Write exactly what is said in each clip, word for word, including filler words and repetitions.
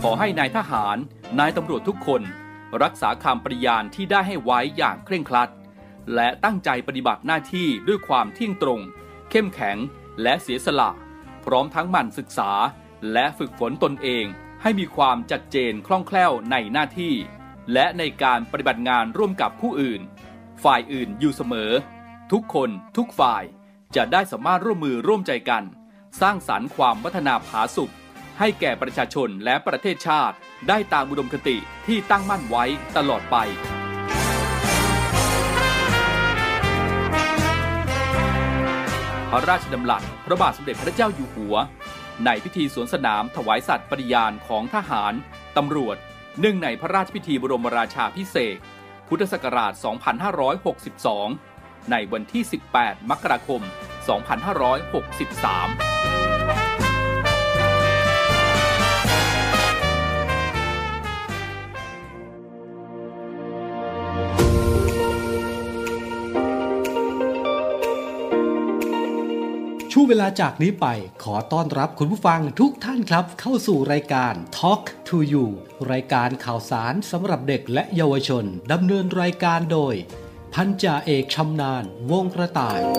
ขอให้นายทหารนายตำรวจทุกคนรักษาคำปฏิญาณที่ได้ให้ไว้อย่างเคร่งครัดและตั้งใจปฏิบัติหน้าที่ด้วยความเที่ยงตรงเข้มแข็งและเสียสละพร้อมทั้งหมั่นศึกษาและฝึกฝนตนเองให้มีความจัดเจนคล่องแคล่วในหน้าที่และในการปฏิบัติงานร่วมกับผู้อื่นฝ่ายอื่นอยู่เสมอทุกคนทุกฝ่ายจะได้สามารถร่วมมือร่วมใจกันสร้างสรรค์ความพัฒนาผาสุกให้แก่ประชาชนและประเทศชาติได้ตามอุดมคติที่ตั้งมั่นไว้ตลอดไปพระราชดำรัสพระบาทสมเด็จพระเจ้าอยู่หัวในพิธีสวนสนามถวายสัตย์ปฏิญาณของทหารตำรวจเนื่องในพระราชพิธีบรมราชาภิเษกพุทธศักราช สองพันห้าร้อยหกสิบสอง ในวันที่ สิบแปด มกราคม สองพันห้าร้อยหกสิบสามช่วงเวลาจากนี้ไปขอต้อนรับคุณผู้ฟังทุกท่านครับเข้าสู่รายการ Talk to You รายการข่าวสารสำหรับเด็กและเยาวชนดำเนินรายการโดยพันจ่าเอกชำนาญวงกระต่าย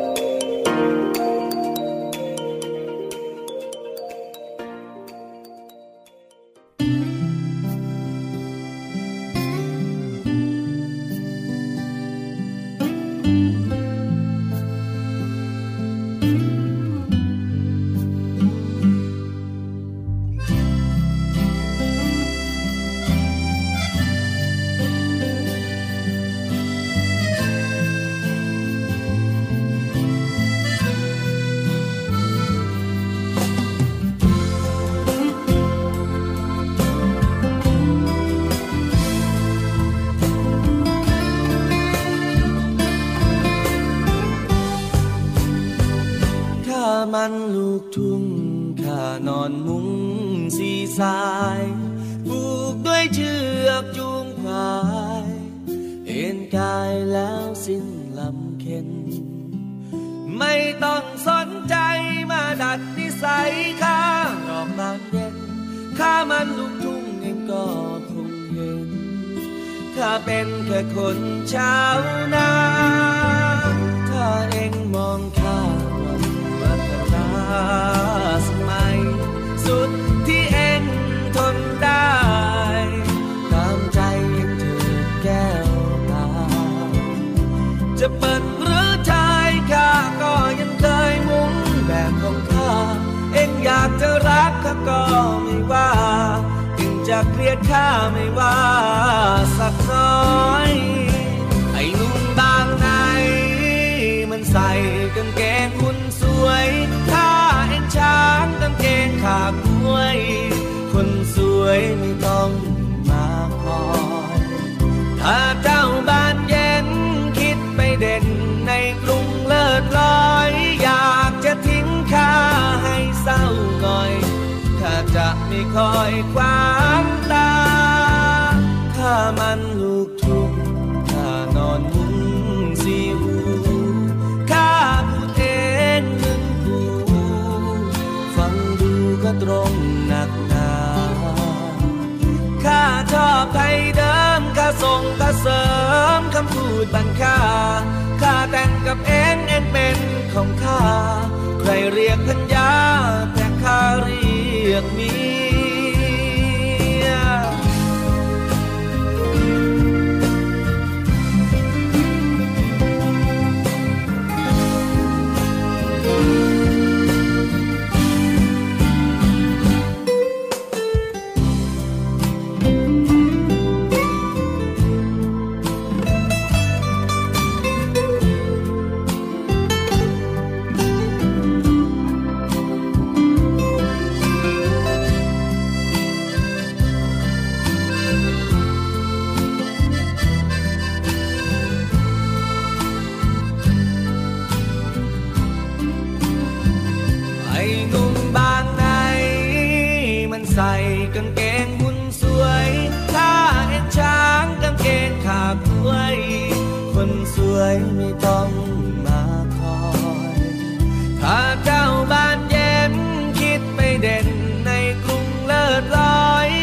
มันลูกทุ่งข้านอนมุ้งสีสายผูกด้วยเชือกจูงควายเอ็นกายแล้วสิ้นลำเค็นไม่ต้องสนใจมาดัดนิสัยข้ารอบตามเย็นข้ามันลูกทุ่งเองก็คงเห็นข้าเป็นแค่คนชาวนาถ้าเองมองข้าสมัยสุดที่เอ็งทนได้ตามใจเอ็งเถิดแก้วตาจะเปิดหรือชายข้าก็ยังเคยมุ่งแบบของข้าเอ็งอยากจะรักข้าก็ไม่ว่าเอ็งจะเกลียดข้าไม่ว่าสักน้อยไอ้นุ่งบางในมันใส่กางเกงหุ่นสวยถ้าเอ็งช้างกางเกงขาบวยคนสวยไม่ต้องมาคอยถ้าเจ้าบ้านเย็นคิดไปเด่นในกรุงเลิศลอยอยากจะทิ้งข้าให้เศร้าหน่อยข้าจะไม่คอยขวางตาข้ามันลูกทุ่งข้านอนมุ้งสีหูข้าพูดเองมึงกูฟังดูก็ตรงหนักหนาข้าชอบไทยเดิมข้าส่งข้าเสริมคำพูดบันค่าข้าแต่งกับเอ็งเอ็งเป็นของข้าใครเรียกพัญญาแต่ข้าเรียกเมีย วยไม่ต้องมาคอยถ้าเจ้าบ้านเย็นคิดไปเด่นในกรุงเลิศลอย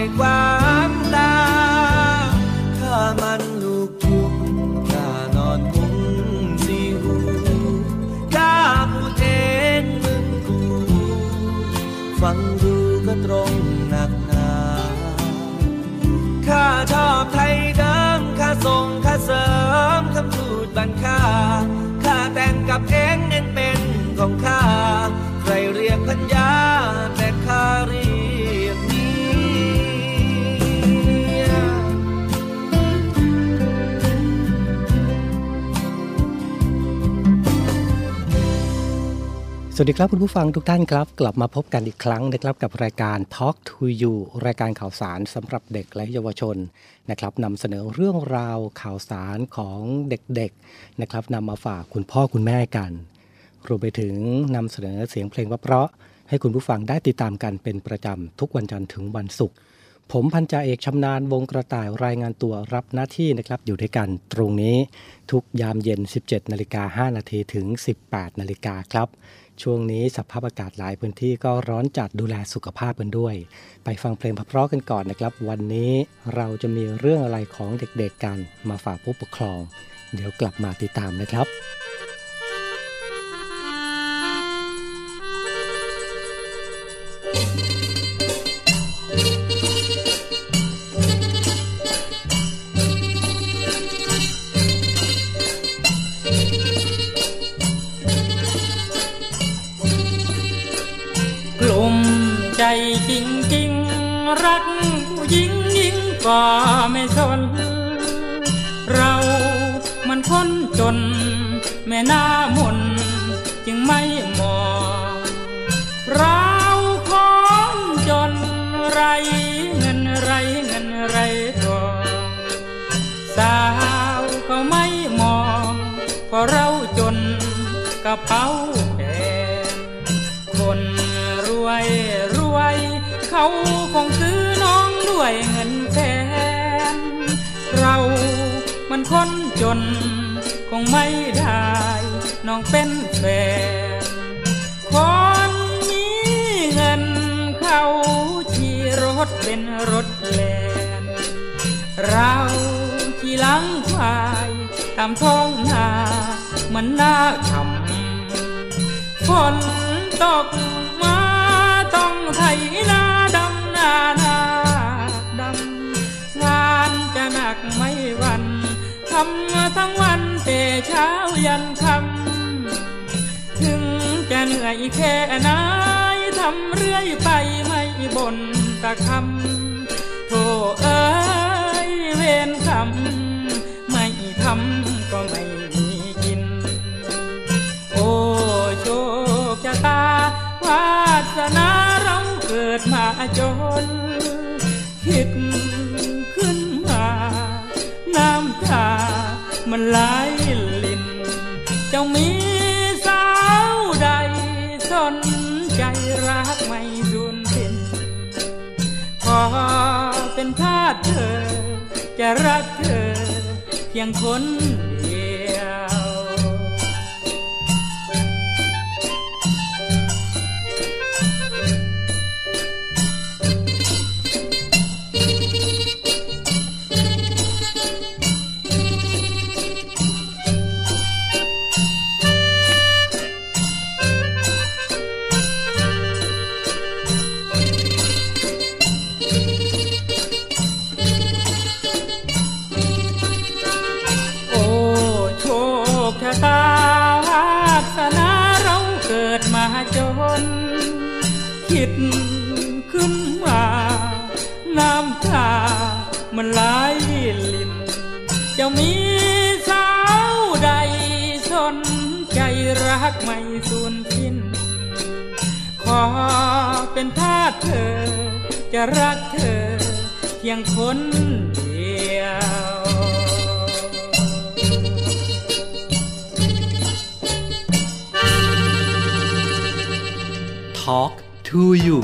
ความตาข้ามันลูกทุ่งข้านอนมุ้งสีหูข้าพูดเองมึงกูฟังดูก็ตรงหนักหนาข้าชอบไทยเดิมข้าส่งข้าเสริมคำพูดบันค่าข้าแต่งกับเองเน้นเป็นของข้าใครเรียกพัญญาแต่ข้าเรียกเมียสวัสดีครับคุณผู้ฟังทุกท่านครับกลับมาพบกันอีกครั้งนะครับกับรายการ Talk to You รายการข่าวสารสำหรับเด็กและเยาวชนนะครับนำเสนอเรื่องราวข่าวสารของเด็กๆนะครับนำมาฝากคุณพ่อคุณแม่กันรวมไปถึงนำเสนอเสียงเพลงเพราะๆให้คุณผู้ฟังได้ติดตามกันเป็นประจำทุกวันจันทร์ถึงวันศุกร์ผมพันจ่าเอกชำนาญวงกระต่ายรายงานตัวรับหน้าที่นะครับอยู่ด้วยกันตรงนี้ทุกยามเย็น สิบเจ็ดนาฬิกาห้านาทีถึง สิบแปดนาฬิกาครับช่วงนี้สภาพอากาศหลายพื้นที่ก็ร้อนจัดดูแลสุขภาพกันด้วยไปฟังเพลงเพราะๆกันก่อนนะครับวันนี้เราจะมีเรื่องอะไรของเด็กๆกันมาฝากผู้ปกครองเดี๋ยวกลับมาติดตามนะครับใจจริงๆรักผู้หญิงยิ่งกว่าไม่สนเรามันคนจนแม่หน้ามนจึงไม่มองเราคนจนไรเงินไรเงินไรทองสาวก็ไม่มองเพราะเราจนกระเป๋าแพงคนรวยรวยเขาคงซื้อน้องด้วยเงินแสนเรามันคนจนคงไม่ได้น้องเป็นแฟนคนนี้เงินเขาขี่รถเป็นรถแล่นเราขี่หลังควายตามท้องนามันน่าทำฝนตกมาต้องไถนาดำนานาดำงานจะหนักไม่วันทำทั้งวันแต่เช้ายันค่ำถึงจะเหนื่อยแค่ไหนทำเรื่อยไปไม่บ่นตะคำโธ่เอ้ยเวรกรรมไม่ทำก็ไม่มีกินโอ้โชคชะตาวาสนาเราเกิดมาจนคิดขึ้นมาน้ำตามันไหลลิ่นเจ้ามีสาวใดสนใจรักไม่สูญสิ้นขอเป็นทาสเธอจะรักเธอเพียงคนเดียวตาวาสนาเราเกิดมาจนคิดขึ้นมาน้ำตามันไหลลิ่นจะมีสาวใดสนใจรักไม่สูญสิ้นขอเป็นทาสเธอจะรักเธอเพียงคนเดียว Talk to You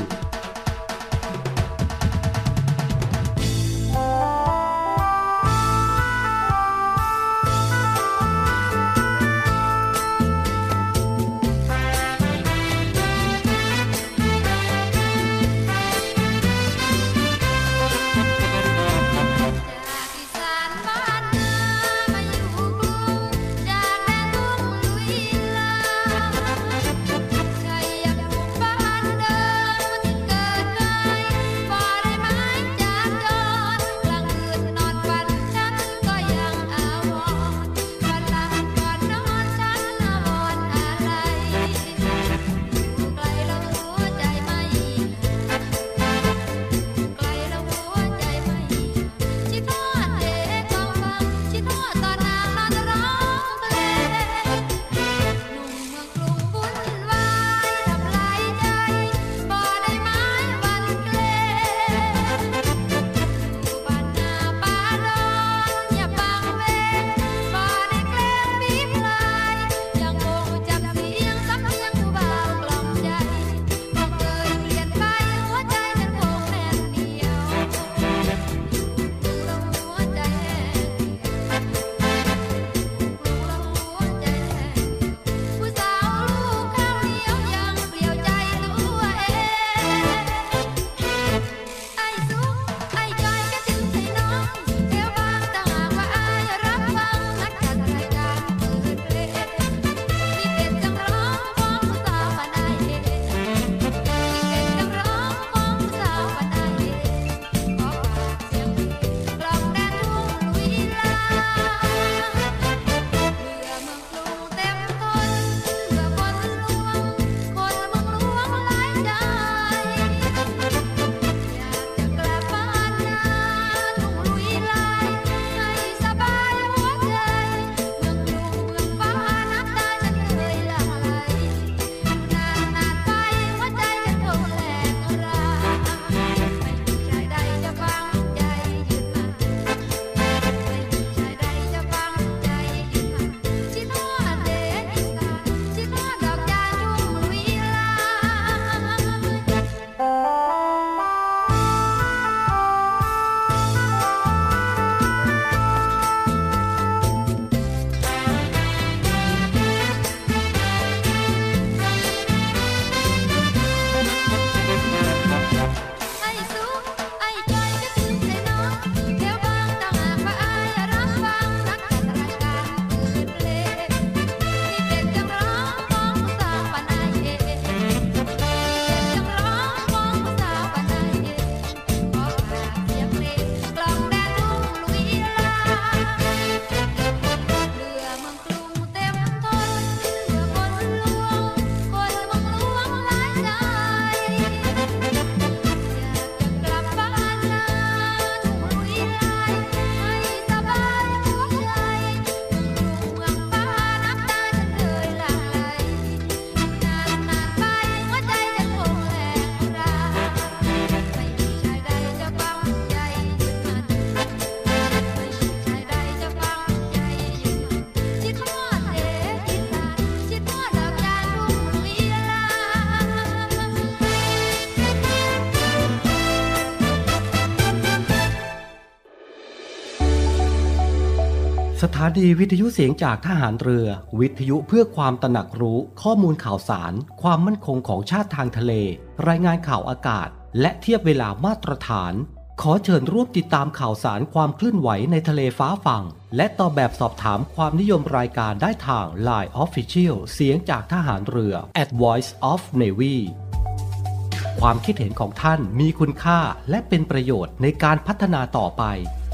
สถานีวิทยุเสียงจากทหารเรือวิทยุเพื่อความตระหนักรู้ข้อมูลข่าวสารความมั่นคงของชาติทางทะเลรายงานข่าวอากาศและเทียบเวลามาตรฐานขอเชิญร่วมติดตามข่าวสารความเคลื่อนไหวในทะเลฟ้าฝั่งและตอบแบบสอบถามความนิยมรายการได้ทาง ไลน์ Official เสียงจากทหารเรือ แอท voice of navy ความคิดเห็นของท่านมีคุณค่าและเป็นประโยชน์ในการพัฒนาต่อไป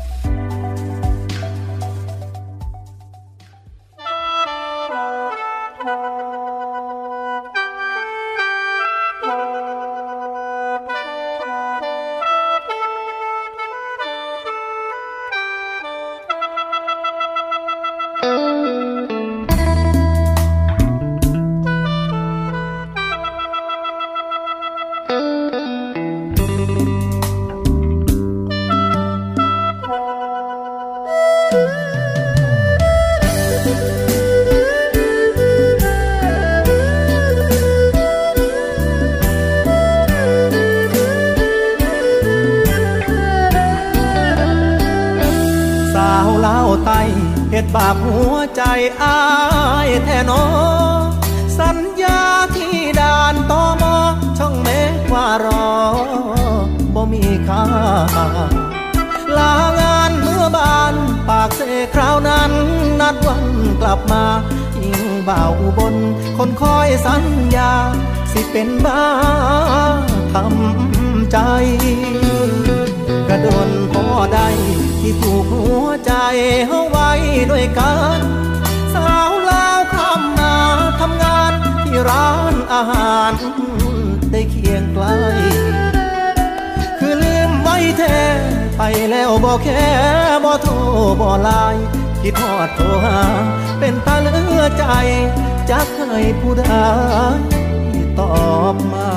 เฮ็ดบาปหัวใจอ้ายแท้นอสัญญาที่ด่านตมช่องเมฆว่ารอบ่มีค่าลางานเมื่อบานปากเสคราวนั้นนัดวันกลับมาอิงบ่าวอุบลคนคอยสัญญาสิเป็นบ้าทำใจกระโดนพอได้ที่ถูกหัวใจเฮาไว้ด้วยกันสาวลาวข้ามนาทำงานที่ร้านอาหารได้เคียงไกลคือลืมไว้แท้ไปแล้วบ่แค่บ่โทรบ่ไลน์คิดฮอดโทรหาเป็นตาเหลือใจจักให้ผู้ใดตอบมา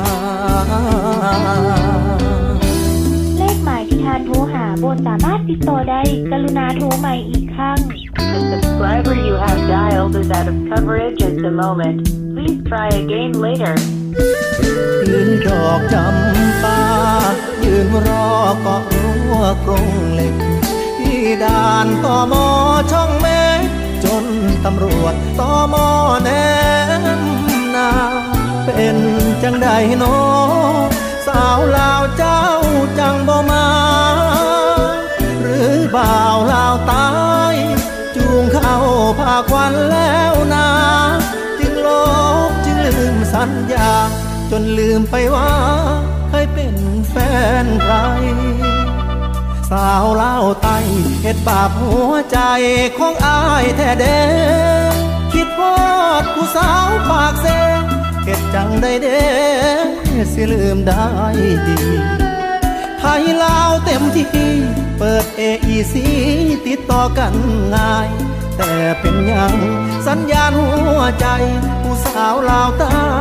เลขหมายที่ท่านโทรหาบ่สามารถติดต่อได้กรุณาโทรใหม่อีกครั้ง The subscriber you have dialed is out of coverage at the moment. Please try again later. ยืนดอกจำปายืนรอเกาะรั้วกรงเหล็กที่ด่านตมช่องเมฆจนตำรวจตมแนมนาเป็นจังใดโนสาวลาวเจ้าจังบ่มาหรือบ่าวลาวตายจูงเข้าพาควันแล้วนาจึงลบจึงลืมสัญญาจนลืมไปว่าเคยเป็นแฟนใครสาวลาวไต้เฮ็ดบาปหัวใจของอ้ายแท้เด้คิดฮอดผู้สาวปากเซเฮ็ดจังได้เด้สิลืมได้ดีไทยลาวเต็มที่เปิด เอ อี ซี ติดต่อกันง่ายแต่เป็นยังสัญญาณหัวใจผู้สาวลาวใต้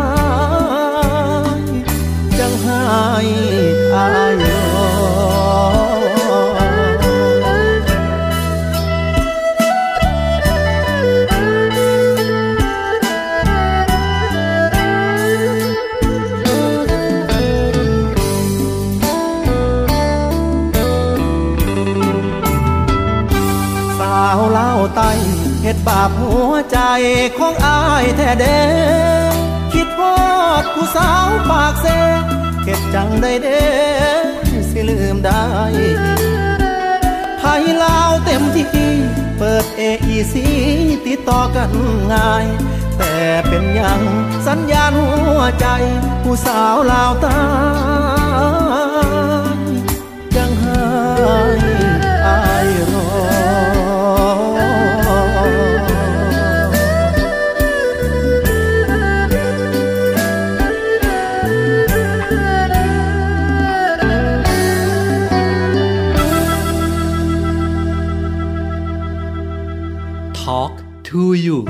จังให้อายรอสาวลาวใต้เฮ็ดบาปหัวใจของอ้ายแท้เด้คิดฮอดผู้สาวปากเซเฮ็ดจังได้เด้สิลืมได้ไทยลาวเต็มที่เปิด เอ อี ซี ติดต่อกันง่ายแต่เป็นยังสัญญาณหัวใจผู้สาวลาวใต้ยังให้อายรอ Talk to you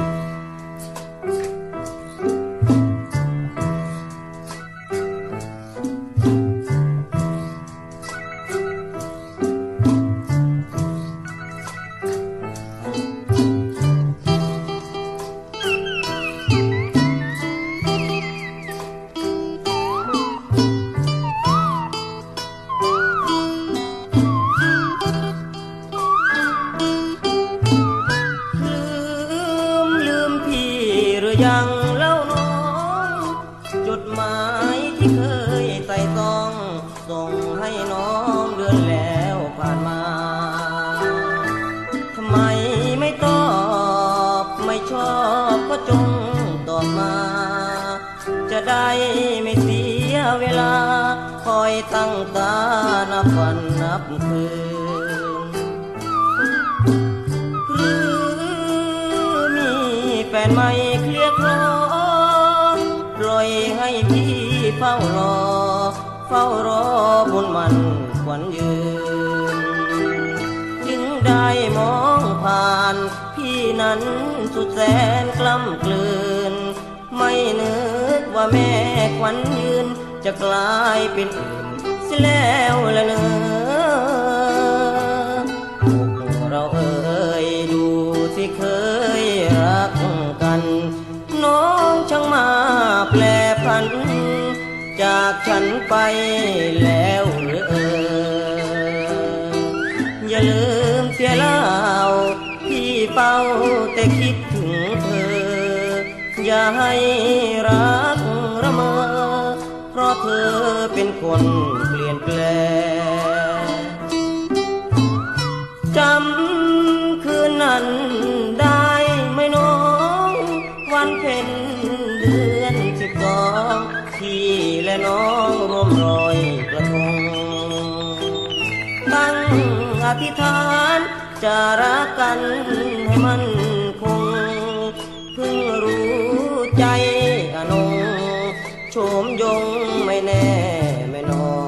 ได้ไม่เสียเวลาคอยตั้งตานับวันนับคืนหรือมีแฟนใหม่เคลียร์คลอปล่อยให้พี่เฝ้ารอเฝ้ารอบุญมันขวัญยืนจึงได้มองผ่านพี่นั้นสุดแสนกล้ำกลืนไม่นึกว่าแม่ขวัญยืนจะกลายเป็นอื่นเสียแล้วละเนอพวกเราเอ่ยดูสิเคยรักกันน้องช่างมาแปรผันจากฉันไปแล้วหรือเอ่ยอย่าลืมเสียแล้วพี่เฝ้าแต่คิดถึงเธออย่าให้รักระเมอเพราะเธอเป็นคนเปลี่ยนแปลงจำคืนนั้นได้ไหมน้องวันเพ็ญเดือนสิบสองพี่และน้องร่วมรอยกระทงตั้งอธิษฐานจะรักกันให้มันคงเพิ่งรู้ใจอนงโฉมยงไม่แน่ไม่นอน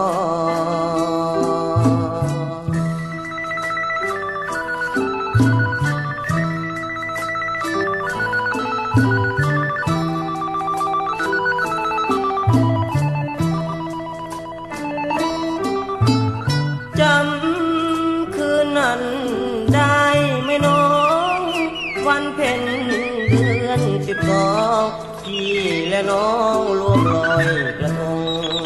จำคืนนั้นได้ไหมน้องวันเพ็ญเดือนสิบสองพี่และน้องรวมรอยกระทง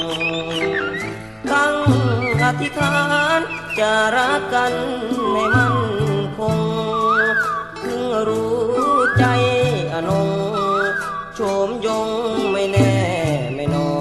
ตั้งอธิษฐานจะรักกันให้มันคงเพิ่งรู้ใจอนงโฉมยงไม่แน่ไม่นอน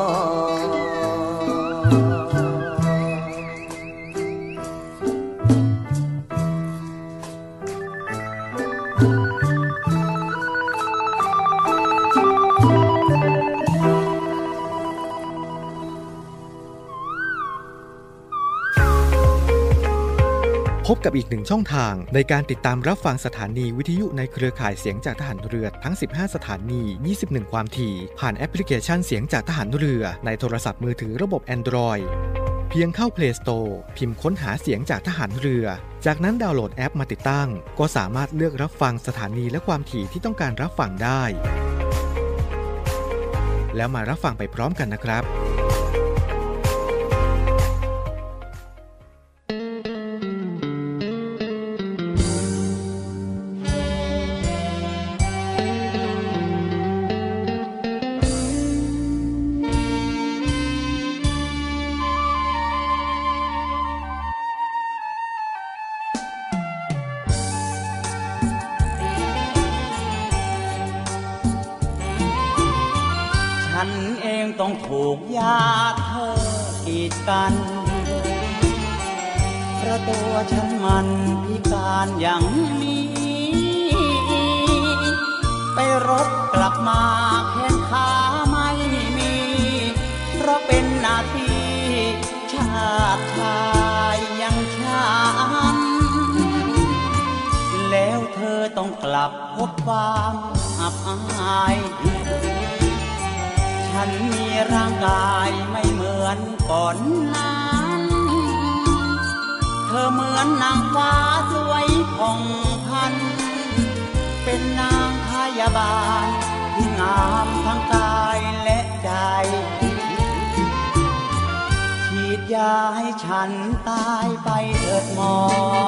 พบกับอีกหนึ่งช่องทางในการติดตามรับฟังสถานีวิทยุในเครือข่ายเสียงจากทหารเรือทั้งสิบห้าสถานี ยี่สิบเอ็ด ความถี่ผ่านแอปพลิเคชันเสียงจากทหารเรือในโทรศัพท์มือถือระบบ Android เพียงเข้า Play Store พิมพ์ค้นหาเสียงจากทหารเรือจากนั้นดาวน์โหลดแอปมาติดตั้งก็สามารถเลือกรับฟังสถานีและความถี่ที่ต้องการรับฟังได้แล้วมารับฟังไปพร้อมกันนะครับฉันเองต้องถูกญาติเธอกีดกันเพราะตัวฉันมันพิการอย่างนี้ไปรบกลับมาแขนขาไม่มีเพราะเป็นหน้าที่ชาติชายยังฉันแล้วเธอต้องกลับพบความอับอายฉันมีร่างกายไม่เหมือนก่อนนั้นเธอเหมือนนางฟ้าสวยผ่องพันเป็นนางพยาบาลที่งามทั้งกายและใจฉีดยาให้ฉันตายไปเถิดหมอ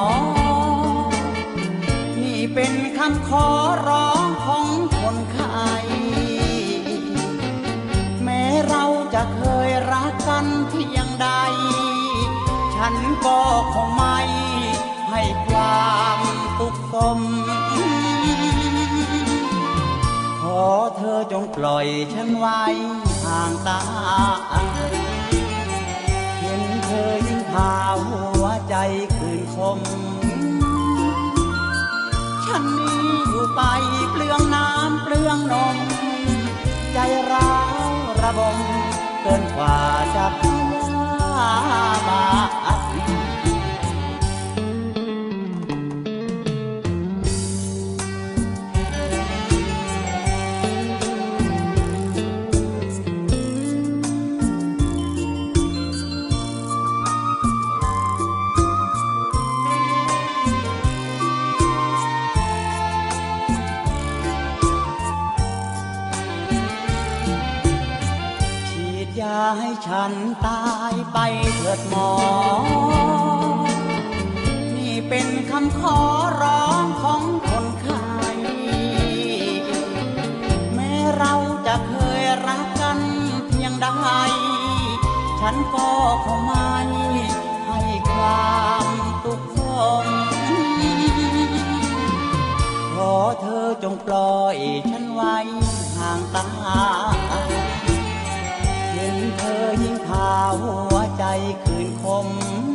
นี่เป็นคำขอร้องของคนไข้เราจะเคยรักกันเพียงใดฉันก็คงไม่ให้ความสุขสมขอเธอจงปล่อยฉันไว้ห่างตาเห็นเธอยิ่งพาหัวใจคืนคมฉันนี้อยู่ไปเปลืองน้ำเปลืองนมใจร้ายระบมเกินกว่าจะพยาบาทอย่าให้ฉันตายไปเถิดหมอนี่เป็นคำขอร้องของคนไข้แม้เราจะเคยรักกันเพียงใดฉันก็คงไม่ให้ความทุกข์ทนขอเธอจงปล่อยฉันไว้ห่างตาเธอยิ่งพาหัวใจคืนคม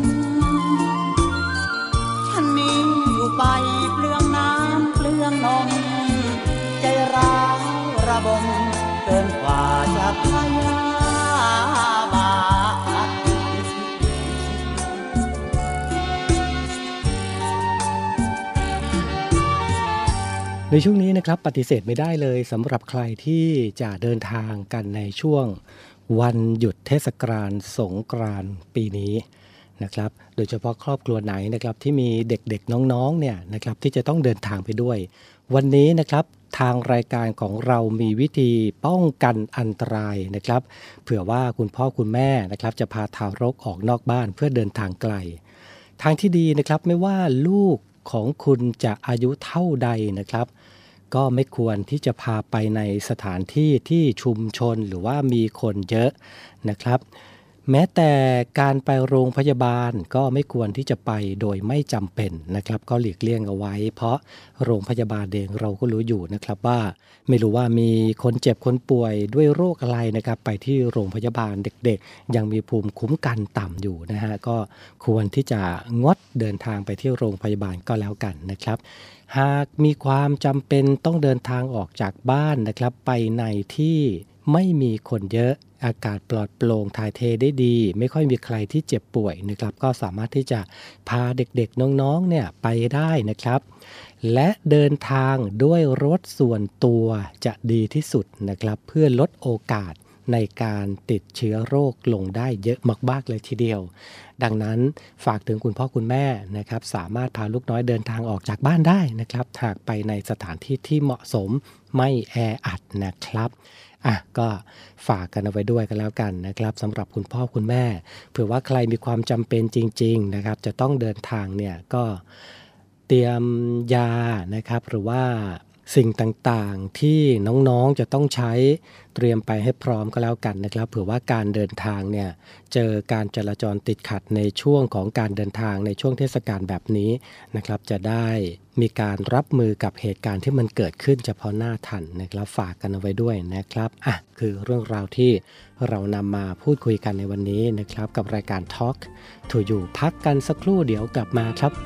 ฉันนี้อยู่ไปเปลืองน้ำเปลืองนมใจร้าวระบมเกินกว่าจะพยาบาทในช่วงนี้นะครับปฏิเสธไม่ได้เลยสำหรับใครที่จะเดินทางกันในช่วงวันหยุดเทศกาลสงกรานต์ปีนี้นะครับโดยเฉพาะครอบครัวไหนนะครับที่มีเด็กๆน้องๆเนี่ยนะครับที่จะต้องเดินทางไปด้วยวันนี้นะครับทางรายการของเรามีวิธีป้องกันอันตรายนะครับเผื่อว่าคุณพ่อคุณแม่นะครับจะพาทารกออกนอกบ้านเพื่อเดินทางไกลทางที่ดีนะครับไม่ว่าลูกของคุณจะอายุเท่าใดนะครับก็ไม่ควรที่จะพาไปในสถานที่ที่ชุมชนหรือว่ามีคนเยอะนะครับแม้แต่การไปโรงพยาบาลก็ไม่ควรที่จะไปโดยไม่จำเป็นนะครับก็หลีกเลี่ยงเอาไว้เพราะโรงพยาบาลเองเราก็รู้อยู่นะครับว่าไม่รู้ว่ามีคนเจ็บคนป่วยด้วยโรคอะไรนะครับไปที่โรงพยาบาลเด็กๆยังมีภูมิคุ้มกันต่ำอยู่นะฮะก็ควรที่จะงดเดินทางไปที่โรงพยาบาลก็แล้วกันนะครับหากมีความจำเป็นต้องเดินทางออกจากบ้านนะครับไปในที่ไม่มีคนเยอะอากาศปลอดโปร่งถ่ายเทได้ดีไม่ค่อยมีใครที่เจ็บป่วยนะครับก็สามารถที่จะพาเด็กๆน้องๆเนี่ยไปได้นะครับและเดินทางด้วยรถส่วนตัวจะดีที่สุดนะครับเพื่อลดโอกาสในการติดเชื้อโรคลงได้เยอะมากๆเลยทีเดียวดังนั้นฝากถึงคุณพ่อคุณแม่นะครับสามารถพาลูกน้อยเดินทางออกจากบ้านได้นะครับหากไปในสถานที่ที่เหมาะสมไม่แออัดนะครับอ่ะก็ฝากกันเอาไว้ด้วยกันแล้วกันนะครับสำหรับคุณพ่อคุณแม่เผื่อว่าใครมีความจำเป็นจริงๆนะครับจะต้องเดินทางเนี่ยก็เตรียมยานะครับหรือว่าสิ่งต่างๆที่น้องๆจะต้องใช้เตรียมไปให้พร้อมก็แล้วกันนะครับเผื่อว่าการเดินทางเนี่ยเจอการจราจรติดขัดในช่วงของการเดินทางในช่วงเทศกาลแบบนี้นะครับจะได้มีการรับมือกับเหตุการณ์ที่มันเกิดขึ้นเฉพาะหน้าทันนะครับฝากกันเอาไว้ด้วยนะครับอ่ะคือเรื่องราวที่เรานำมาพูดคุยกันในวันนี้นะครับกับรายการ Talk to You พักกันสักครู่เดี๋ยวกลับมาครับ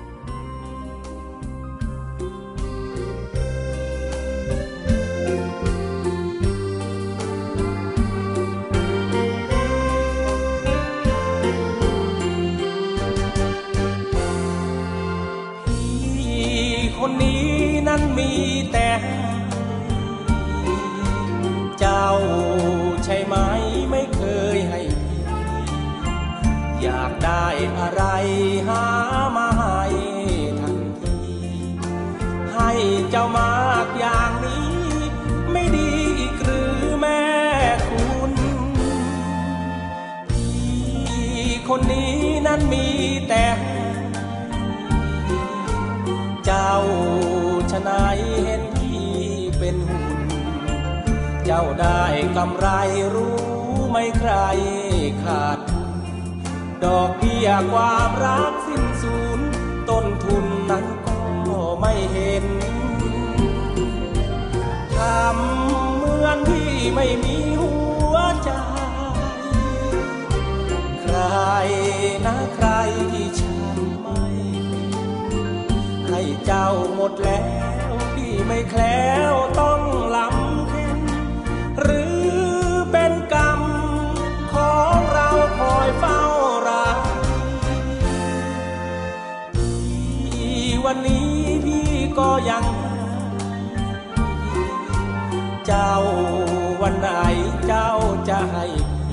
คนนี้นั้นมีแต่เจ้าใช่ไหมไม่เคยให้อยากได้อะไรหามาให้ทันทีให้เจ้ามากอย่างนี้ไม่ดีอีกหรือแม่คุณพี่คนนี้นั้นมีแต่เจ้าชะไหนเห็นพี่เป็นหุ่นเจ้าได้กำไรรู้ไหมใครขาดดอกเบี้ยความรักสิ้นสูญต้นทุนนั้นก็ไม่เห็นทำเหมือนพี่ไม่มีหัวใจใครนะใครที่ฉันไม่ให้เจ้าหมดแล้วพี่ไม่แคล้วต้องลำเค็นหรือเป็นเจ้าวันไหนเจ้าจะให้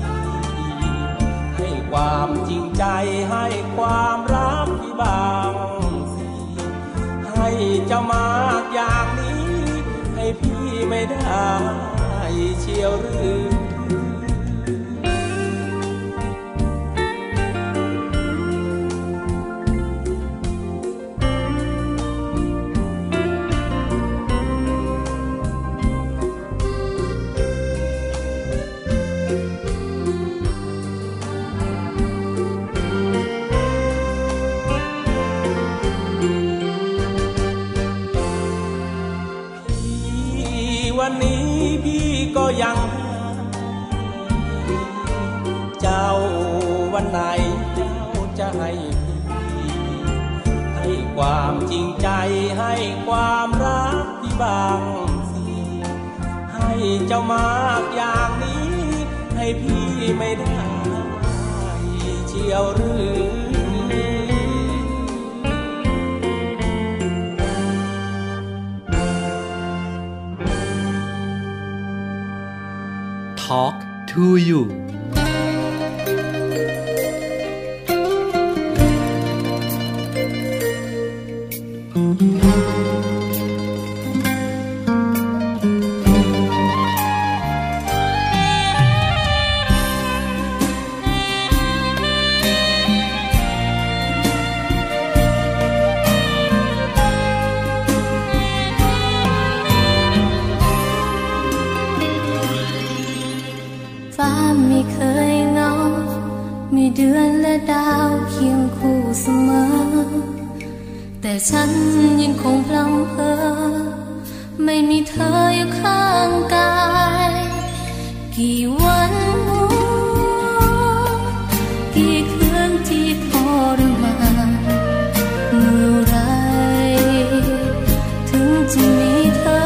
ให้ความจริงใจให้ความรักที่บางสิให้เจ้ามากอย่างนี้ให้พี่ไม่ได้เชียวหรือวันนี้พี่ก็ยังเจ้าวันไหนเจ้าจะให้พี่ให้ความจริงใจให้ความรักที่บางสิให้เจ้ามากอย่างนี้ให้พี่ไม่ได้เชียวหรือ Talk to you ไม่เคยเหงามีเดือนและดาวเคียงคู่เสมอแต่ฉันยังคงพลังเพ้อไม่มีเธออยู่ข้างกายกี่วันกี่คืนที่ทรมานเมื่อไรถึงจะมีเธอ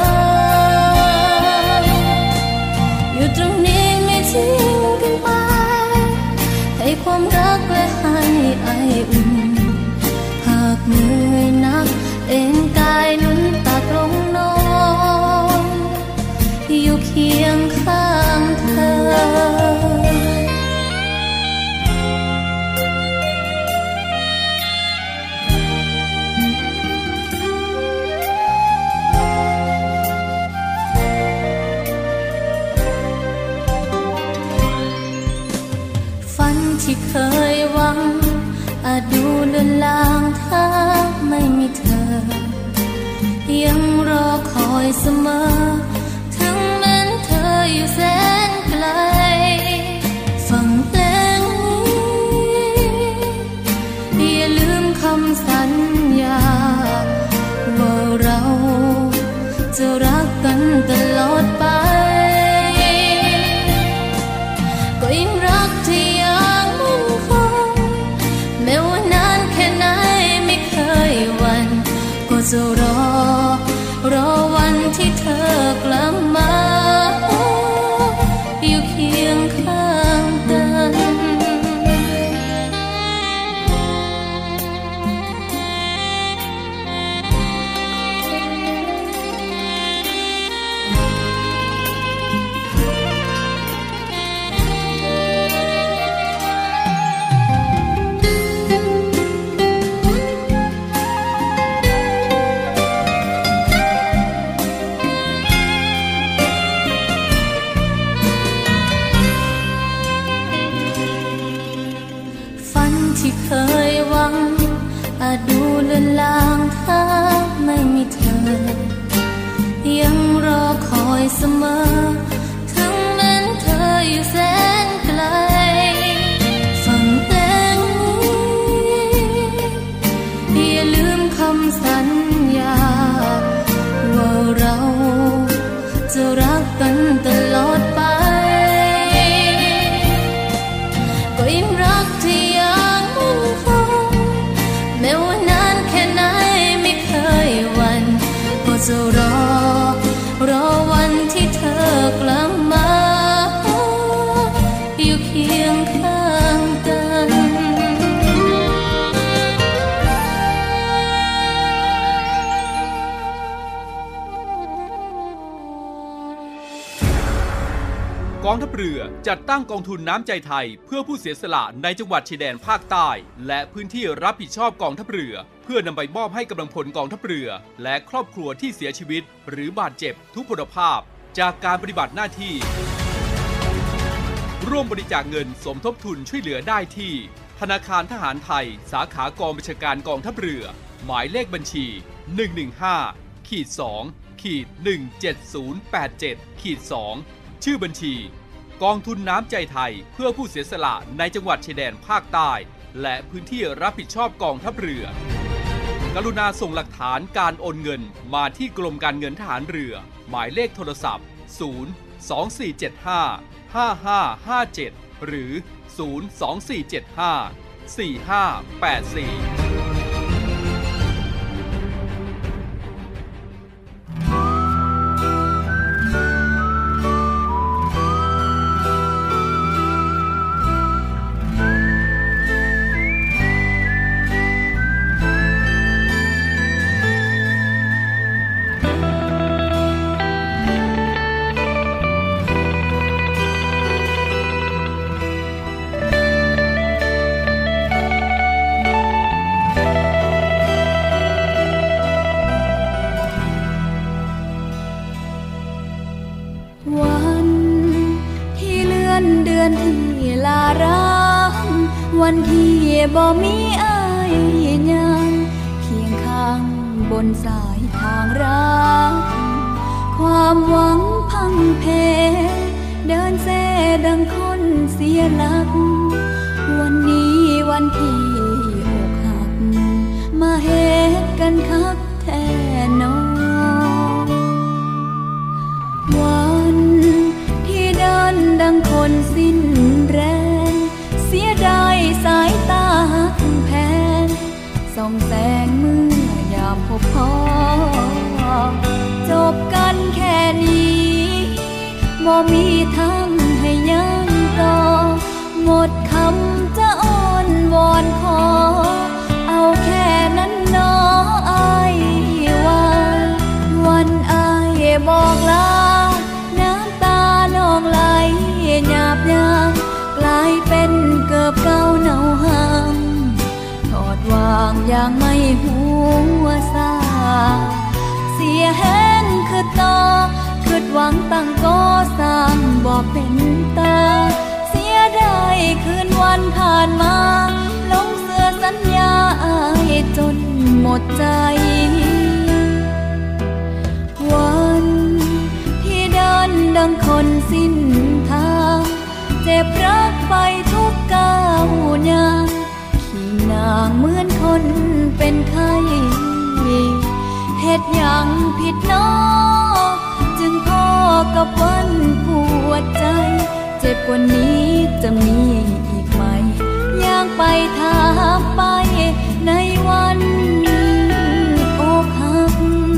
อยู่ตรงนี้ไม่ทิ้งกันไปให้ความรักและให้ไออุ่นหากเหนื่อยนักเอ็นกายนุ่นตักลงนอนอยู่เคียงข้างเธอที่เคยหวังอาจดูเลือนลางถ้าไม่มีเธอยังรอคอยเสมอถึงแม้เธออยู่แสนไกลฟังเพลงนี้อย่าลืมคำสัญญาว่าเราจะรักกันตลอดไปก็ยิ่งรักที่ยังไม่ว่านานแค่ไหนไม่เคยหวั่นก็จะรอรอวันที่เธอกลับมาอยู่เคียงข้างกันที่เคยหวังอาจดูเลือนลางถ้าไม่มีเธอยังรอคอยเสมอถึงแม้เธออยู่แสนไกลฟังเพลงนี้อย่าลืมคำสัญญาว่าเราจะรักกันตลอดไปก็ยิ่งรักที่แม้ว่านานแค่ไหนไม่เคยหวั่นก็จะรอรอวันที่เธอกกองทัพเรือจัดตั้งกองทุนน้ำใจไทยเพื่อผู้เสียสละในจังหวัดชายแดนภาคใต้และพื้นที่รับผิดชอบกองทัพเรือเพื่อนำไปมอบให้กำลังพลกองทัพเรือและครอบครัวที่เสียชีวิตหรือบาดเจ็บทุกพลภาพจากการปฏิบัติหน้าที่ร่วมบริจาคเงินสมทบทุนช่วยเหลือได้ที่ธนาคารทหารไทยสาขากองบัญชาการกองทัพเรือหมายเลขบัญชี หนึ่ง หนึ่ง ห้า สอง หนึ่ง เจ็ด ศูนย์ แปด เจ็ด สอง ชื่อบัญชีกองทุนน้ำใจไทยเพื่อผู้เสียสละในจังหวัดชายแดนภาคใต้และพื้นที่รับผิดชอบกองทัพเรือกรุณาส่งหลักฐานการโอนเงินมาที่กรมการเงินทหารเรือหมายเลขโทรศัพท์ ศูนย์ สอง สี่ เจ็ด ห้า ห้า ห้า ห้า เจ็ด หรือ ศูนย์ สอง สี่ เจ็ด ห้า สี่ ห้า แปด สี่วันที่บ่มีอายยังเคียงข้างบนสายทางรักความหวังพังเพเดินเซ่ดังคนเสียหลักวันนี้วันที่อกหักมาเฮ็ดกันคักแท้น้อวันที่เดินดังคนสิ้นแรงเสียดายสายตาแพนส่องแสงเมื่อยามพบพ่อจบกันแค่นี้บ่มีทางให้ยังต่อหมดคำจะอ้อนวอนขอเอาแค่นั้นน้ออายว่าวันอายบอกลาน้ำตานองไหลหยาบยางกลายเป็นเกือบเก่าเนาหางถอดวางอย่างไม่หัวซาเสียแห้งคือต่อคิดหวังตั้งก่อสร้างบ่เป็นตาเสียดายคืนวันผ่านมาลงเสื้อสัญญาอายจนหมดใจวันที่เดินดังคนสิ้นทางเจ็บรักไปทุกก้าวย่างขี้นางเหมือนคนเป็นไข้เฮ็ดหยังผิดน้อจึงพอกับวันปวดใจเจ็บกว่านี้จะมีอีกไหมย่างไปถามไปในวันอกหัก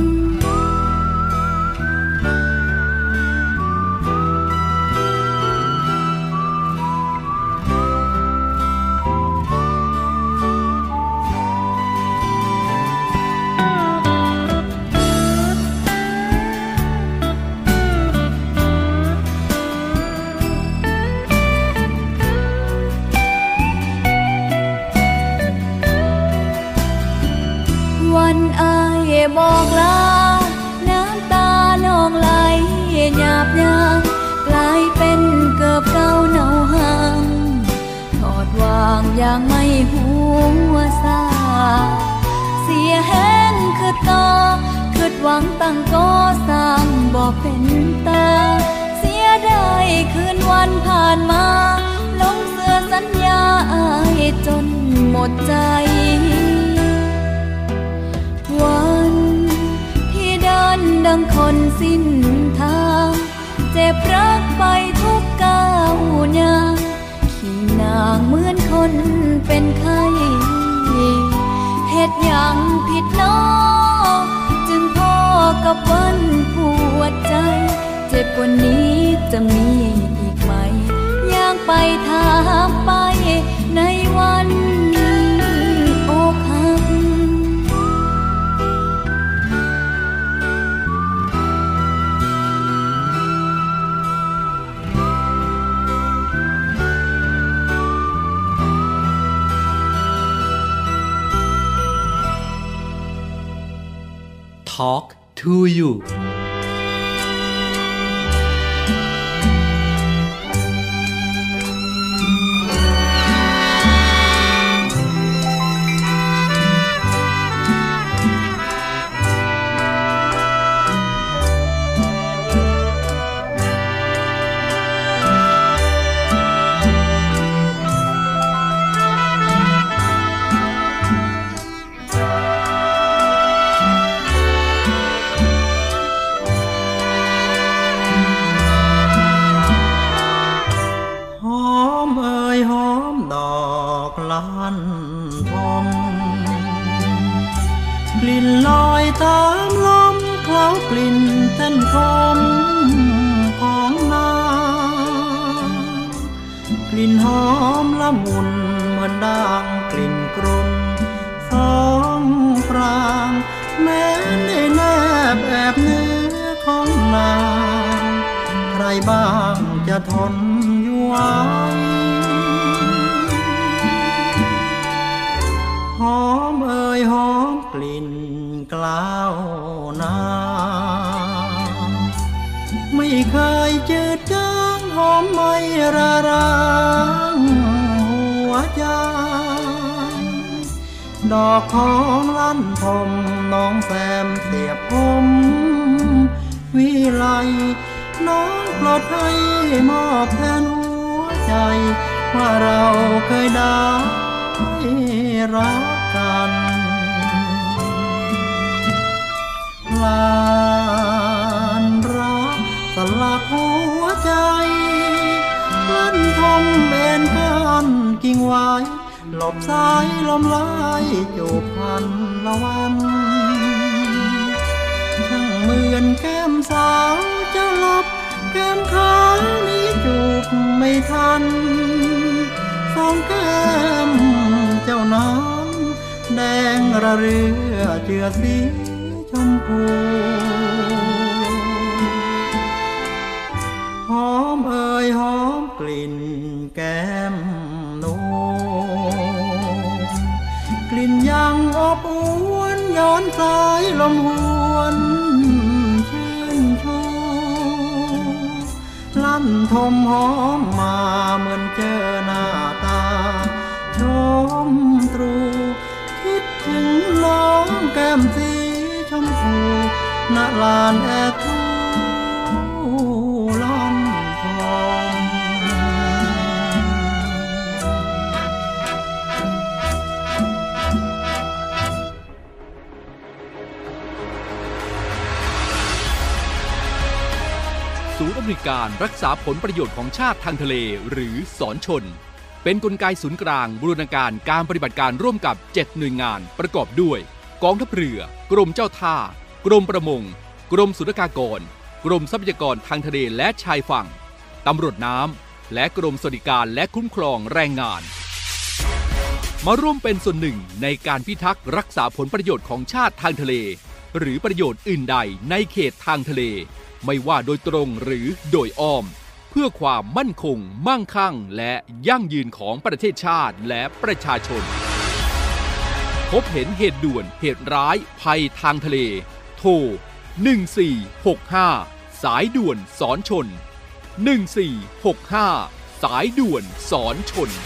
วันอายบอกลาน้ำตานองไหลหยาบยางกลายเป็นเกือบเก่าเนาหางถอดวางอย่างไม่หัวซาเสียแห้งคือต่อคิดหวังตั้งก่อสร้างบ่เป็นตาเสียดายคืนวันผ่านมาลงเสื้อสัญญาอายจนหมดใจวันที่เดินดังคนสิ้นทางเจ็บรักไปทุกก้าวย่างขี้นางเหมือนคนเป็นไข้เฮ็ดหยังผิดน้อจึงพอกับวันปวดใจเจ็บกว่านี้จะมีอีกไหมย่างไปถามไปในวันอกหัก Talk to You กลิ่นลอยตามลมเคล้ากลิ่นเต้นคมของนา ลิ่นหอมละมุนเหมือนด่างกลิ่นกรุ่นสองปรางแม้ได้แนบแอบเนื้อของนางใครบ้างจะทนอยู่ไว้หอมเอ่ยหอมกลิ่นกล้าวนาไม่เคยจืดจางหอมไม่ระรางหัวใจดอกของลั่นทมน้องแซมเสียบผมวิไลน้องปลดให้มอบแทนหัวใจว่าเราเคยได้รักกันลานรักสลักหัวใจลั่นทมเบนกันกิ่งไว้หลบสายลมลายจูบพันละวันทั้งเหมือนแก้มสาวจะหลับแก้มขาวนี้จูบไม่ทันสองแก้มเจ้าน้ำแดงระเรือเจือสีชมพูหอมเอ่ยหอมกลิ่นแก้มนูกลิ่นยังอบอวนย้อนสายลมหวนชื่นชูลั่นทมหอมมาเหมือนเจอหน้าตาชมตรูคิดถึงน้องแก้มสีชมพูณลานแอทูล้อมทองศูนย์อำนวยการรักษาผลประโยชน์ของชาติทางทะเลหรือศรชนเป็นกลไกศูนย์กลางบูรณาการการปฏิบัติการร่วมกับเจ็ดหน่วยงานประกอบด้วยกองทัพเรือกรมเจ้าท่ากรมประมงกรมศุลกากรกรมทรัพยากรทางทะเลและชายฝั่งตำรวจน้ำและกรมสวัสดิการและคุ้มครองแรงงานมาร่วมเป็นส่วนหนึ่งในการพิทักษ์รักษาผลประโยชน์ของชาติทางทะเลหรือประโยชน์อื่นใดในเขตทางทะเลไม่ว่าโดยตรงหรือโดยอ้อมเพื่อความมั่นคงมั่งคั่งและยั่งยืนของประเทศชาติและประชาชนพบเห็นเหตุด่วนเหตุร้ายภัยทางทะเลโทรหนึ่งสี่หกห้าสายด่วนสอนชนหนึ่งสี่หกห้าสายด่วนสอนชน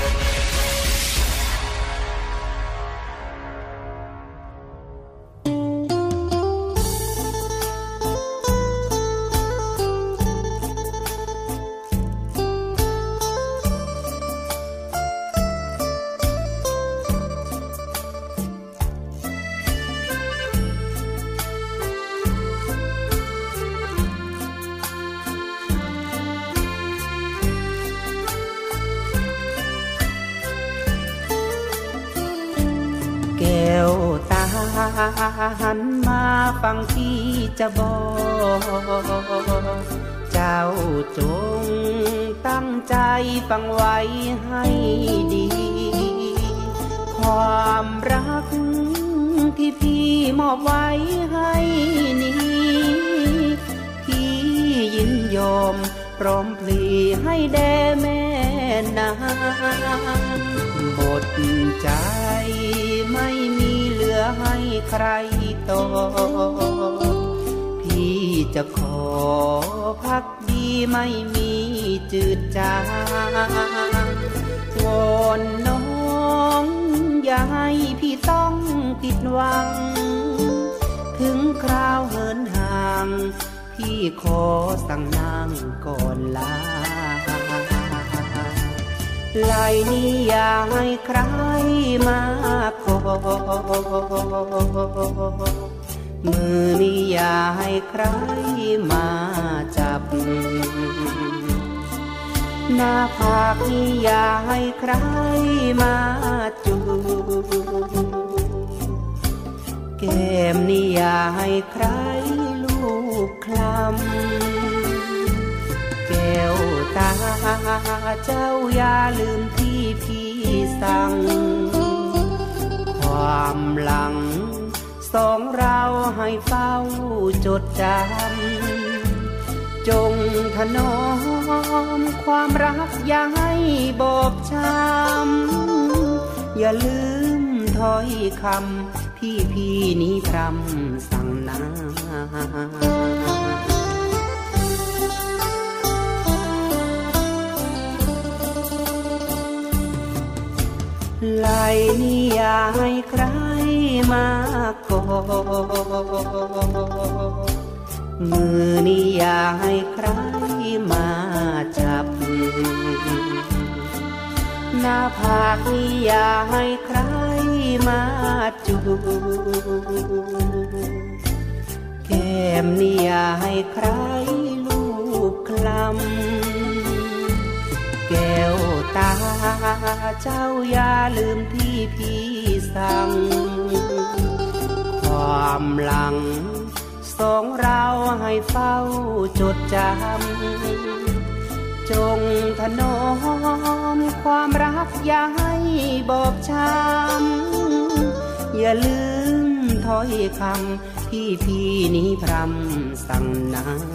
หันมาฟังที่จะบอกเจ้าจงตั้งใจฟังไว้ให้ดีความรักที่พี่มอบไว้ให้นี้พี่ยินยอมพร้อมพลีให้แด่แม่นางหมดใจไม่มีเหลือให้ใครต่อพี่จะขอพักดีไม่มีจืดจางวอนน้องอย่าให้พี่ต้องผิดหวังถึงคราวเหินห่างพี่ขอสั่งนางก่อนลาไหลนี้อย่าให้ใครมาขอมือนี้อย่าให้ใครมาจับหน้าผากนี้อย่าให้ใครมาจูบแก้มนี้อย่าให้ใครลูบคลำแก้วตาเจ้าอย่าลืมที่พี่สั่งความหลังสองเราให้เฝ้าจดจำจงถนอมความรักอย่าให้บอบช้ำอย่าลืมถ้อยคำพี่พี่นี้พรำสั่งนาไหลนี้อย่าให้ใครมากอดมือนี้อย่าให้ใครมาจับหน้าผากนี้อย่าให้ใครมาจูบแก้มนี้อย่าให้ใครลูบคลำแก้วตาเจ้าอย่าลืมที่พี่สั่งความหลังสองเราให้เฝ้าจดจำจงถนอมความรักอย่าให้บอบช้ำอย่าลืมถ้อยคำพี่พี่นี้พรำสั่งนา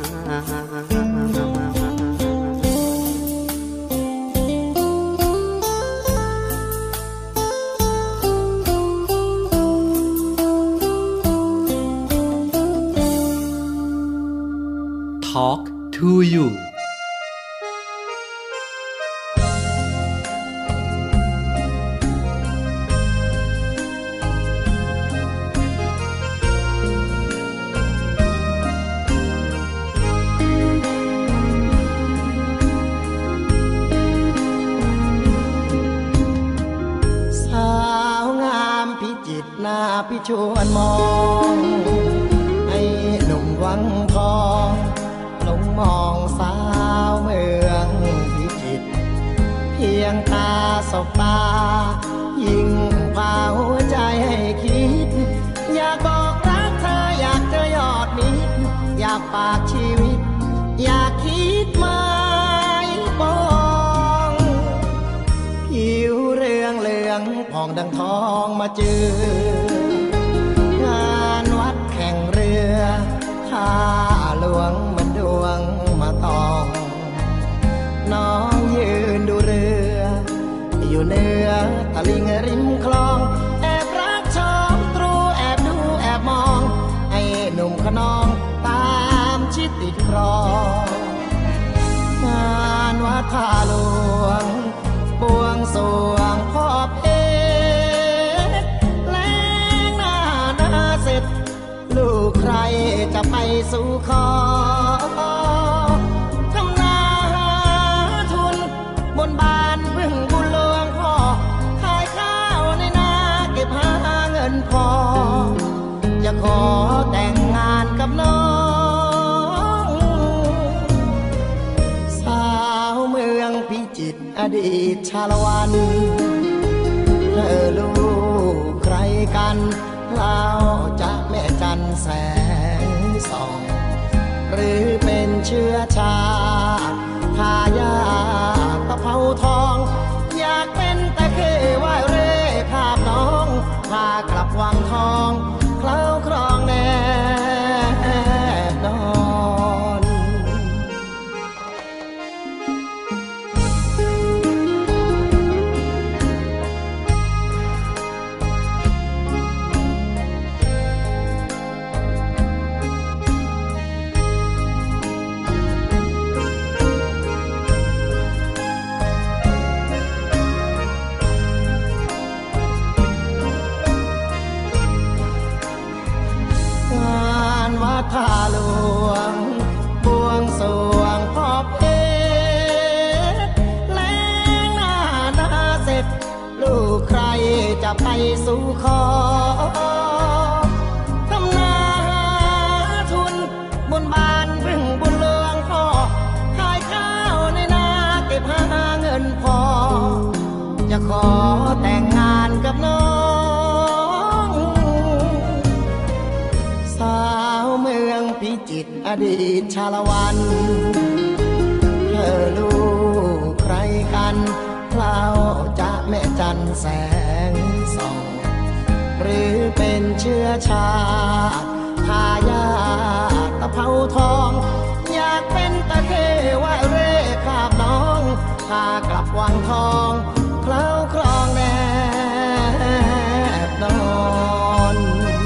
Talk to you หน้าพี่ชวนมองให้หนุ่มวังทองหลงมองสาวเมืองพิจิตรเพียงตาสบตายิ่งพาหัวใจให้คิดอยากบอกรักเธออยากเจอยอดมิตรอยากฝากชีวิตอยากคิดหมายปองผิวเรืองเหลืองผ่องดังทองมาเจองานวัดแข่งเรือข้าหลวงมันดวงมาตองน้องยืนดูเรืออยู่เหนือตะลิงริมคลองแอบรักชมตรูแอบดูแอบมองให้หนุ่มขนองตามชิดติดครองงานวัดท่าหลวงบวงสรวงพ่อเพชรแล้งหน้าหน้าเสร็จลูกใครจะไปสู่ขอทำนาหาทุนบนบานพึ่งบุญหลวงพ่อขายข้าวในนาเก็บหาเงินพอจะขอแต่งงานกับน้องสาวเมืองพิจิตรอดีตชาละวันเธอลูกใครกันเล่าจะแม่จันแสงส่องหรือเป็นเชื้อชาติทายาทตะเภาทองอยากเป็นแต่เคว่ายเร่ภาพน้องพากลับวังทองเคล้าครองแน่นอนไปสู่ขอทำนาทุนบนบานพึ่งบุญหลวงพ่อขายข้าวในนาเก็บหาเงินพอจะขอแต่งงานกับน้องสาวเมืองพิจิตรอดีตชาละวันเธอลูกใครกันเล่าจะแม่จันแสงส่องหรือเป็นเชื้อชาติทายาทตะเภาทองอยากเป็นตะเควะเร่ขาบน้องพากลับวังทองเคล้าคลองแนบนอน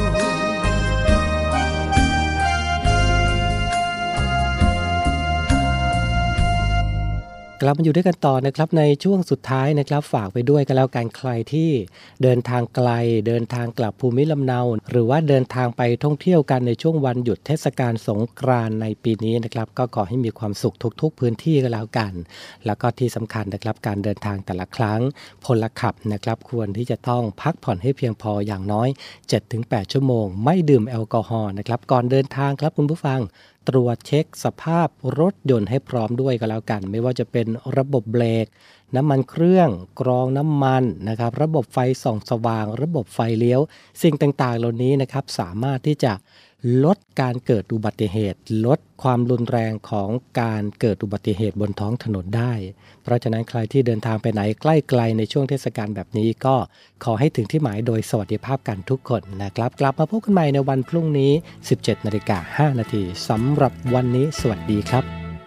กลับมาอยู่ด้วยกันต่อนะครับในช่วงสุดท้ายนะครับฝากไปด้วยกันแล้วกันใครที่เดินทางไกลเดินทางกลับภูมิลำเนาหรือว่าเดินทางไปท่องเที่ยวกันในช่วงวันหยุดเทศกาลสงกรานต์ในปีนี้นะครับก็ขอให้มีความสุขทุกๆพื้นที่กันแล้วกันแล้วก็ที่สำคัญนะครับการเดินทางแต่ละครั้งพลขับนะครับควรที่จะต้องพักผ่อนให้เพียงพออย่างน้อย เจ็ดถึงแปด ชั่วโมงไม่ดื่มแอลกอฮอล์นะครับก่อนเดินทางครับคุณผู้ฟังตรวจเช็คสภาพรถยนต์ให้พร้อมด้วยก็แล้วกันไม่ว่าจะเป็นระบบเบรกน้ำมันเครื่องกรองน้ำมันนะครับระบบไฟส่องสว่างระบบไฟเลี้ยวสิ่งต่างๆเหล่านี้นะครับสามารถที่จะลดการเกิดอุบัติเหตุลดความรุนแรงของการเกิดอุบัติเหตุบนท้องถนนได้เพราะฉะนั้นใครที่เดินทางไปไหนใกล้ไกลในช่วงเทศกาลแบบนี้ก็ขอให้ถึงที่หมายโดยสวัสดิภาพกันทุกคนนะครับกลับมาพบกันใหม่ในวันพรุ่งนี้ สิบเจ็ดนาฬิกาห้านาทีสำหรับวันนี้สวัสดีครับ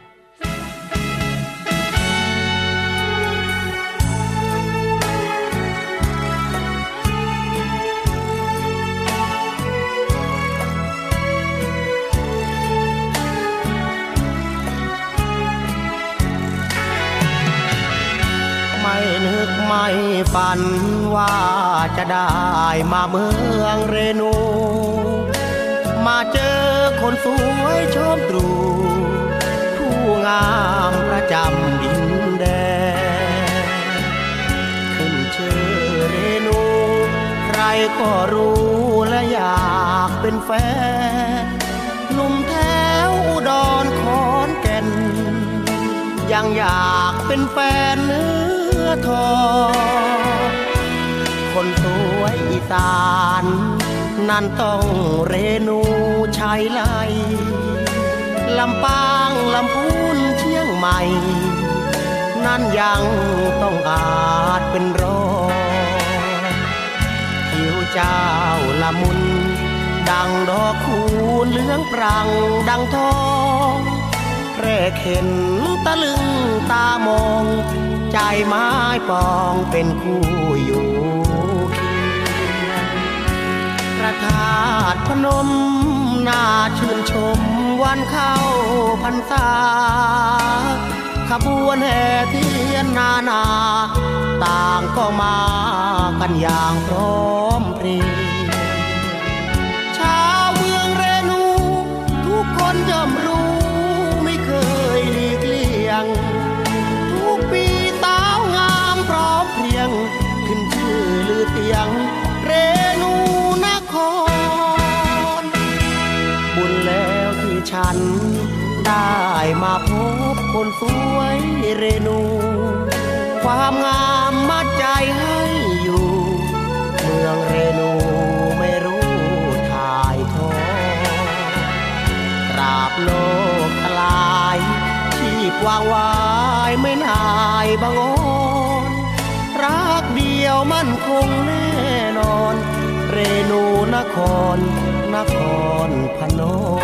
ไม่นึกไม่ฝันว่าจะได้มาเมืองเรนูมาเจอคนสวยชมตรูผู้งามประจำดินแดนขึ้นชื่อเรนูใครก็รู้และอยากเป็นแฟนหนุ่มแถวอุดรขอนแก่นยังอยากเป็นแฟนเนื้อทองคนสวยอีสานนั่นต้องเรนูชัยไลลำปางลำพูนเชียงใหม่นั่นยังต้องอาจเป็นรองผิวเจ้าละมุนดังดอกคูณเหลืองปรังดังทองแรกเห็นตะลึงตามองใจไม้ปองเป็นคู่อยู่เคียงพระธาตุพนมน่าชื่นชมวันเข้าพรรษาขบวนแห่เทียนนานาต่างก็มากันอย่างพร้อมเพรียงชาวเมืองเรนูทุกคนย่อมรู้ไม่เคยหลีกเลี่ยงทุกปีสาวงามพร้อมเพรียงขึ้นชื่อลือเตียงเรนูนครบุญแล้วที่ฉันได้มาพบคนสวยเรนูความงามมัดใจให้อยู่เมืองเรนูไม่รู้ถ่ายทอตราบโลกทลายชีพวางวายไม่นายบังอ่อนรักเดียวมั่นคงแน่นอนเรนูนครนครพนม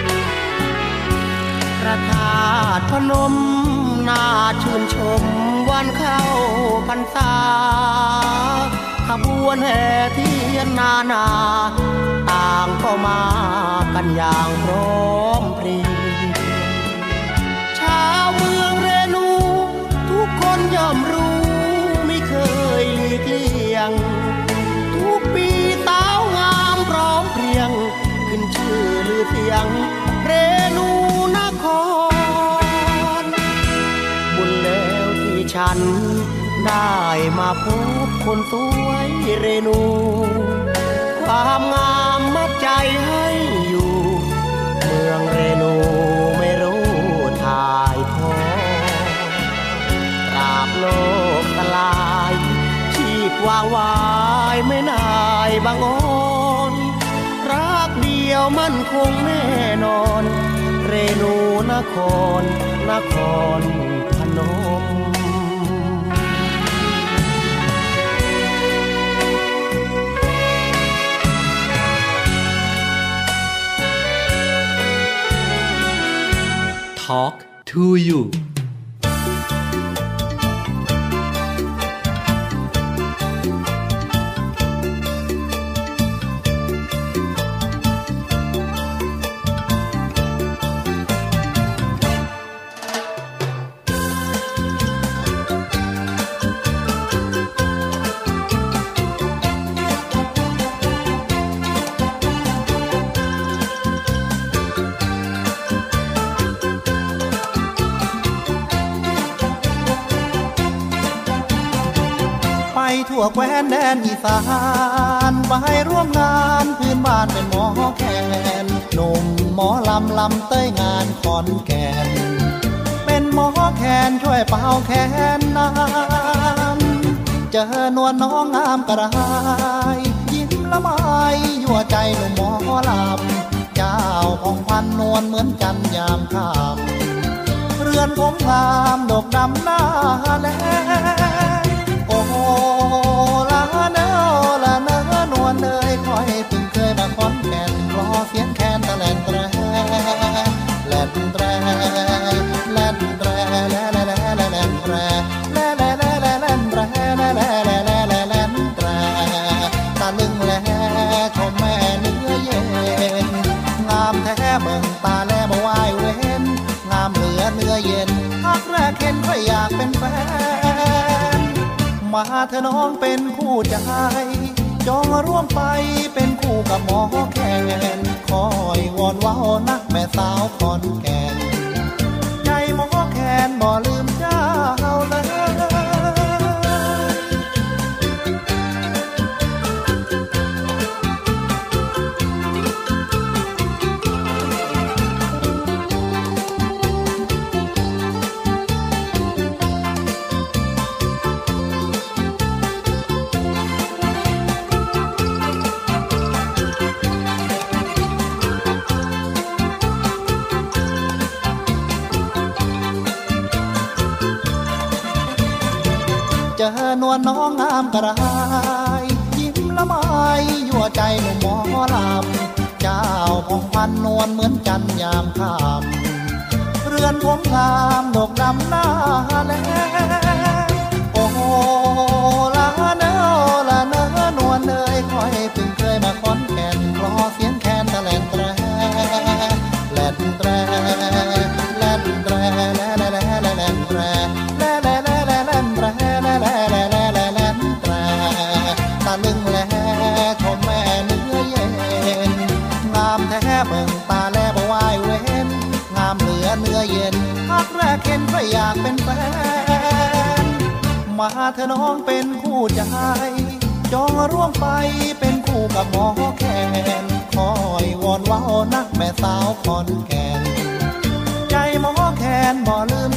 พนมน่าชื่นชมววันเข้าพรรษาขบวนแห่เทียนนานาต่างก็มากันอย่างพร้อมเพรียงชาวเมืองเรนูทุกคนย่อมรู้ไม่เคยหลีกเลี่ยงทุกปีสาวงามพร้อมเพรียงขึ้นชื่อลือเสียงเรนูนครบุญแล้วที่ฉันได้มาพบคนสวยเรนูความงามมัดใจให้อยู่เมืองเรนูไม่รู้ถ่ายทอดตราบโลกสลายชีพวางวายไม่นายบางอ่อนรักเดียวมั่นคงแน่นอนเรนูนครนครพนม Talk to you ทั่วแคว้นแดนอีสานไปร่วมงานพื้นบ้านเป็นหมอแคนหนุ่มหมอลำลำเต้ยงานขอนแก่นเป็นหมอแคนช่วยเป่าแคนน้ำเจอนวลน้องงามกระไรยิ้มละไมยั่วใจหนุ่มหมอลำเจ้าของพันนวลเหมือนจันยามค่ำเรือนผมงามดกดำหน้าแลโอ้ลาเนอลาเนอนวลเลยคอยเพิ่งเคยมาขอนแก่นรอเสียงแคนตะแลนแตรแลนแตรแลนแตรแลแลแลแลแลนแตรแลแลแลแลแลนแตรแลแลแลแลแลแลนแตรตาลึงแลชมแม่เนื้อเย็นงามแท้เบิ่งตาแลบ่วายเว้นงามเหลือเนื้อเย็นฮักแรกเห็นค่อยอยากเป็นแฟนมาเธอน้องเป็นคู่ใจจองร่วมไปเป็นคู่กับหมอแคนคอยวอนว้าวนักแม่สาวขอนแก่นใจหมอแคนบ่ลืมเจ้าเลยเจอนวลน้องงามกระไรยิ้มละไมยั่วใจหนุ่มหมอลำเจ้าของพันนวลเหมือนจันยามค่ำเรือนผมงามดกดำหน้าแลโอ้ลาเนอลาเนอนวลเลยคอยเพิ่งเคยมาขอนแก่นรอเสียงแคนตะแลนแตรแลนแตรแลนแตรแลแลแลแลแลนแตรแลแลแลแลแลนแตรแลแลแลแลแลแลนแตรตาลึงแลชมแม่เนื้อเย็นงามแท้เบิ่งตาแลบ่วายเว้นงามเหลือเนื้อเย็นฮักแรกเห็นก็อยากเป็นแฟนมาเธอน้องเป็นคู่ใจจองร่วมไปเป็นคู่กับหมอแคนคอยวอนว้าวนักแม่สาวขอนแก่นใจหมอแคนบ่ลืม